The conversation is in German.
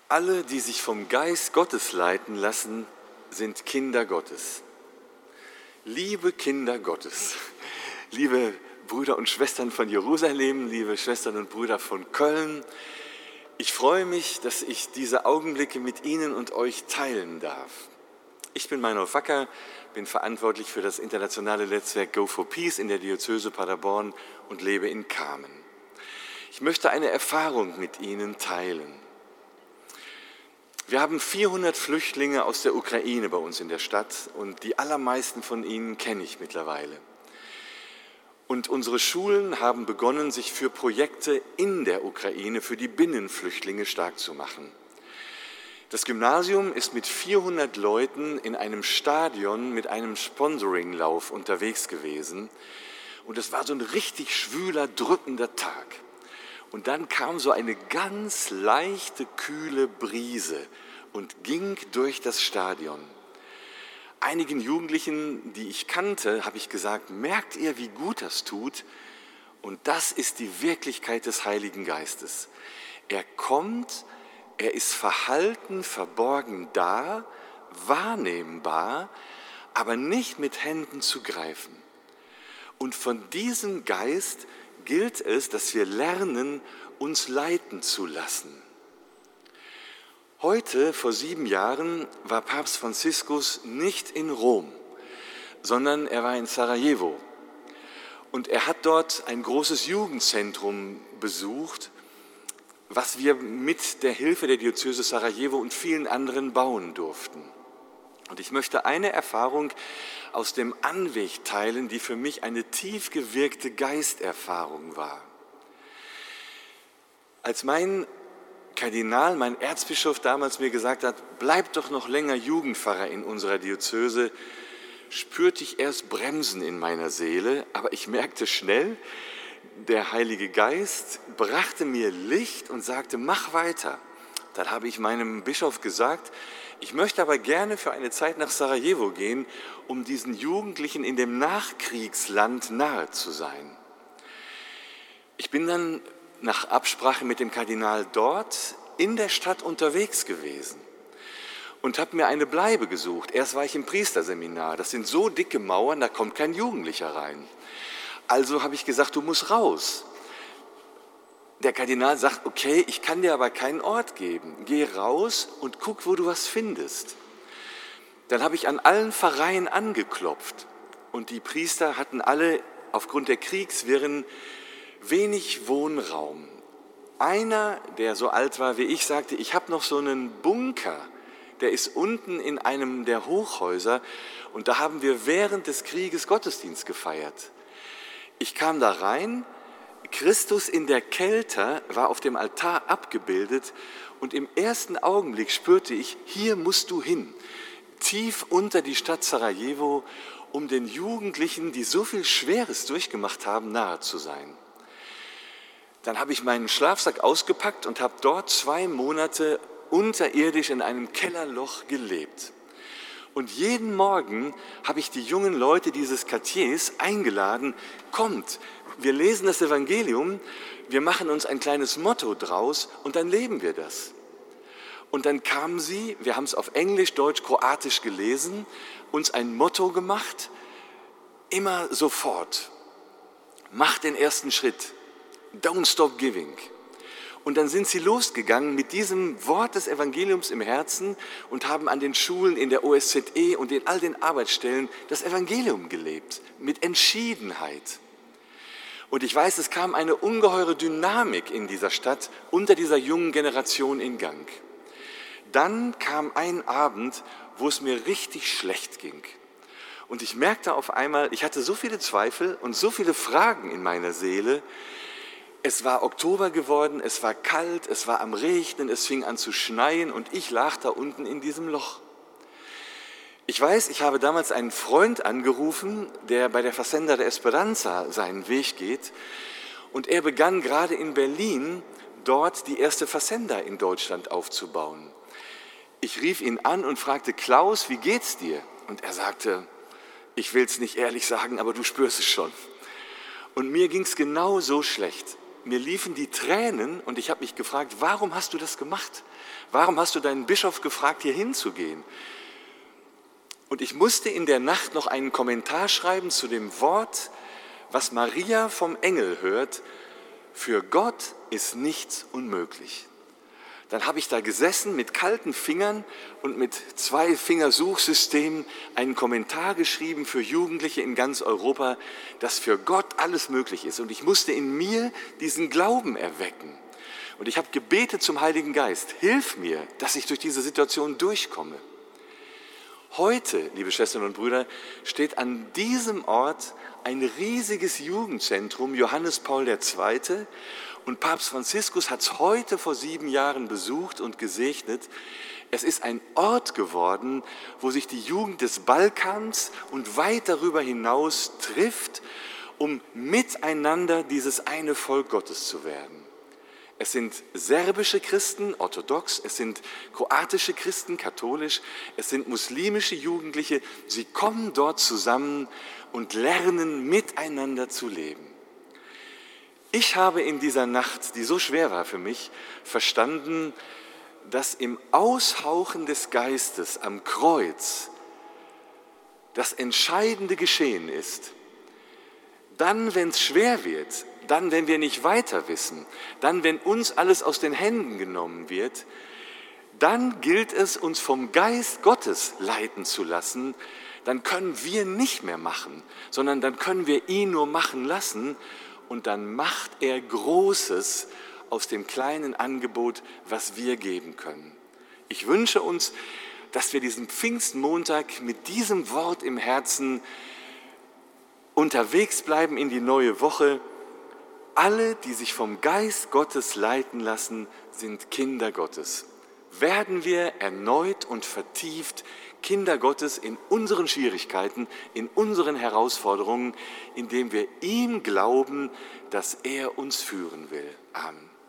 Alle, die sich vom Geist Gottes leiten lassen, sind Kinder Gottes. Liebe Kinder Gottes, liebe Brüder und Schwestern von Jerusalem, liebe Schwestern und Brüder von Köln, ich freue mich, dass ich diese Augenblicke mit Ihnen und euch teilen darf. Ich bin Meinolf Wacker, bin verantwortlich für das internationale Netzwerk Go for Peace in der Diözese Paderborn und lebe in Kamen. Ich möchte eine Erfahrung mit Ihnen teilen. Wir haben 400 Flüchtlinge aus der Ukraine bei uns in der Stadt und die allermeisten von ihnen kenne ich mittlerweile. Und unsere Schulen haben begonnen, sich für Projekte in der Ukraine, für die Binnenflüchtlinge stark zu machen. Das Gymnasium ist mit 400 Leuten in einem Stadion mit einem Sponsoringlauf unterwegs gewesen. Und es war so ein richtig schwüler, drückender Tag. Und dann kam so eine ganz leichte, kühle Brise und ging durch das Stadion. Einigen Jugendlichen, die ich kannte, habe ich gesagt, merkt ihr, wie gut das tut? Und das ist die Wirklichkeit des Heiligen Geistes. Er kommt, er ist verhalten, verborgen da, wahrnehmbar, aber nicht mit Händen zu greifen. Und von diesem Geist gilt es, dass wir lernen, uns leiten zu lassen. Heute, vor 7 Jahren, war Papst Franziskus nicht in Rom, sondern er war in Sarajevo. Und er hat dort ein großes Jugendzentrum besucht, was wir mit der Hilfe der Diözese Sarajevo und vielen anderen bauen durften. Und ich möchte eine Erfahrung aus dem Anweg teilen, die für mich eine tief gewirkte Geisterfahrung war. Als mein Kardinal, mein Erzbischof damals mir gesagt hat, bleib doch noch länger Jugendpfarrer in unserer Diözese, spürte ich erst Bremsen in meiner Seele, aber ich merkte schnell, der Heilige Geist brachte mir Licht und sagte, mach weiter. Dann habe ich meinem Bischof gesagt, ich möchte aber gerne für eine Zeit nach Sarajevo gehen, um diesen Jugendlichen in dem Nachkriegsland nahe zu sein. Ich bin dann nach Absprache mit dem Kardinal dort in der Stadt unterwegs gewesen und habe mir eine Bleibe gesucht. Erst war ich im Priesterseminar, das sind so dicke Mauern, da kommt kein Jugendlicher rein. Also habe ich gesagt, du musst raus. Der Kardinal sagt, okay, ich kann dir aber keinen Ort geben. Geh raus und guck, wo du was findest. Dann habe ich an allen Pfarreien angeklopft und die Priester hatten alle aufgrund der Kriegswirren wenig Wohnraum. Einer, der so alt war wie ich, sagte, ich habe noch so einen Bunker, der ist unten in einem der Hochhäuser und da haben wir während des Krieges Gottesdienst gefeiert. Ich kam da rein, Christus in der Kälte war auf dem Altar abgebildet und im ersten Augenblick spürte ich, hier musst du hin, tief unter die Stadt Sarajevo, um den Jugendlichen, die so viel Schweres durchgemacht haben, nahe zu sein. Dann habe ich meinen Schlafsack ausgepackt und habe dort 2 Monate unterirdisch in einem Kellerloch gelebt. Und jeden Morgen habe ich die jungen Leute dieses Quartiers eingeladen, kommt, wir lesen das Evangelium, wir machen uns ein kleines Motto draus und dann leben wir das. Und dann kamen sie, wir haben es auf Englisch, Deutsch, Kroatisch gelesen, uns ein Motto gemacht, immer sofort, mach den ersten Schritt, don't stop giving. Und dann sind sie losgegangen mit diesem Wort des Evangeliums im Herzen und haben an den Schulen, in der OSZE und in all den Arbeitsstellen das Evangelium gelebt, mit Entschiedenheit. Und ich weiß, es kam eine ungeheure Dynamik in dieser Stadt unter dieser jungen Generation in Gang. Dann kam ein Abend, wo es mir richtig schlecht ging. Und ich merkte auf einmal, ich hatte so viele Zweifel und so viele Fragen in meiner Seele. Es war Oktober geworden, es war kalt, es war am Regnen, es fing an zu schneien und ich lag da unten in diesem Loch. Ich weiß, ich habe damals einen Freund angerufen, der bei der Fazenda de Esperanza seinen Weg geht und er begann gerade in Berlin, dort die erste Fazenda in Deutschland aufzubauen. Ich rief ihn an und fragte, Klaus, wie geht's dir? Und er sagte, ich will es nicht ehrlich sagen, aber du spürst es schon. Und mir ging es genau so schlecht. mir liefen die Tränen und ich habe mich gefragt, warum hast du das gemacht? Warum hast du deinen Bischof gefragt, hier hinzugehen? Und ich musste in der Nacht noch einen Kommentar schreiben zu dem Wort, was Maria vom Engel hört: Für Gott ist nichts unmöglich. Dann habe ich da gesessen mit kalten Fingern und mit 2-Fingersuchsystemen einen Kommentar geschrieben für Jugendliche in ganz Europa, dass für Gott alles möglich ist. Und ich musste in mir diesen Glauben erwecken. Und ich habe gebetet zum Heiligen Geist: Hilf mir, dass ich durch diese Situation durchkomme. Heute, liebe Schwestern und Brüder, steht an diesem Ort ein riesiges Jugendzentrum, Johannes Paul II. Und Papst Franziskus hat es heute vor 7 Jahren besucht und gesegnet. Es ist ein Ort geworden, wo sich die Jugend des Balkans und weit darüber hinaus trifft, um miteinander dieses eine Volk Gottes zu werden. Es sind serbische Christen, orthodox, es sind kroatische Christen, katholisch, es sind muslimische Jugendliche. Sie kommen dort zusammen und lernen miteinander zu leben. Ich habe in dieser Nacht, die so schwer war für mich, verstanden, dass im Aushauchen des Geistes am Kreuz das entscheidende Geschehen ist. Dann, wenn es schwer wird, dann, wenn wir nicht weiter wissen, dann, wenn uns alles aus den Händen genommen wird, dann gilt es, uns vom Geist Gottes leiten zu lassen. Dann können wir nicht mehr machen, sondern dann können wir ihn nur machen lassen. Und dann macht er Großes aus dem kleinen Angebot, was wir geben können. Ich wünsche uns, dass wir diesen Pfingstmontag mit diesem Wort im Herzen unterwegs bleiben in die neue Woche. Alle, die sich vom Geist Gottes leiten lassen, sind Kinder Gottes. Werden wir erneut und vertieft Kinder Gottes in unseren Schwierigkeiten, in unseren Herausforderungen, indem wir ihm glauben, dass er uns führen will. Amen.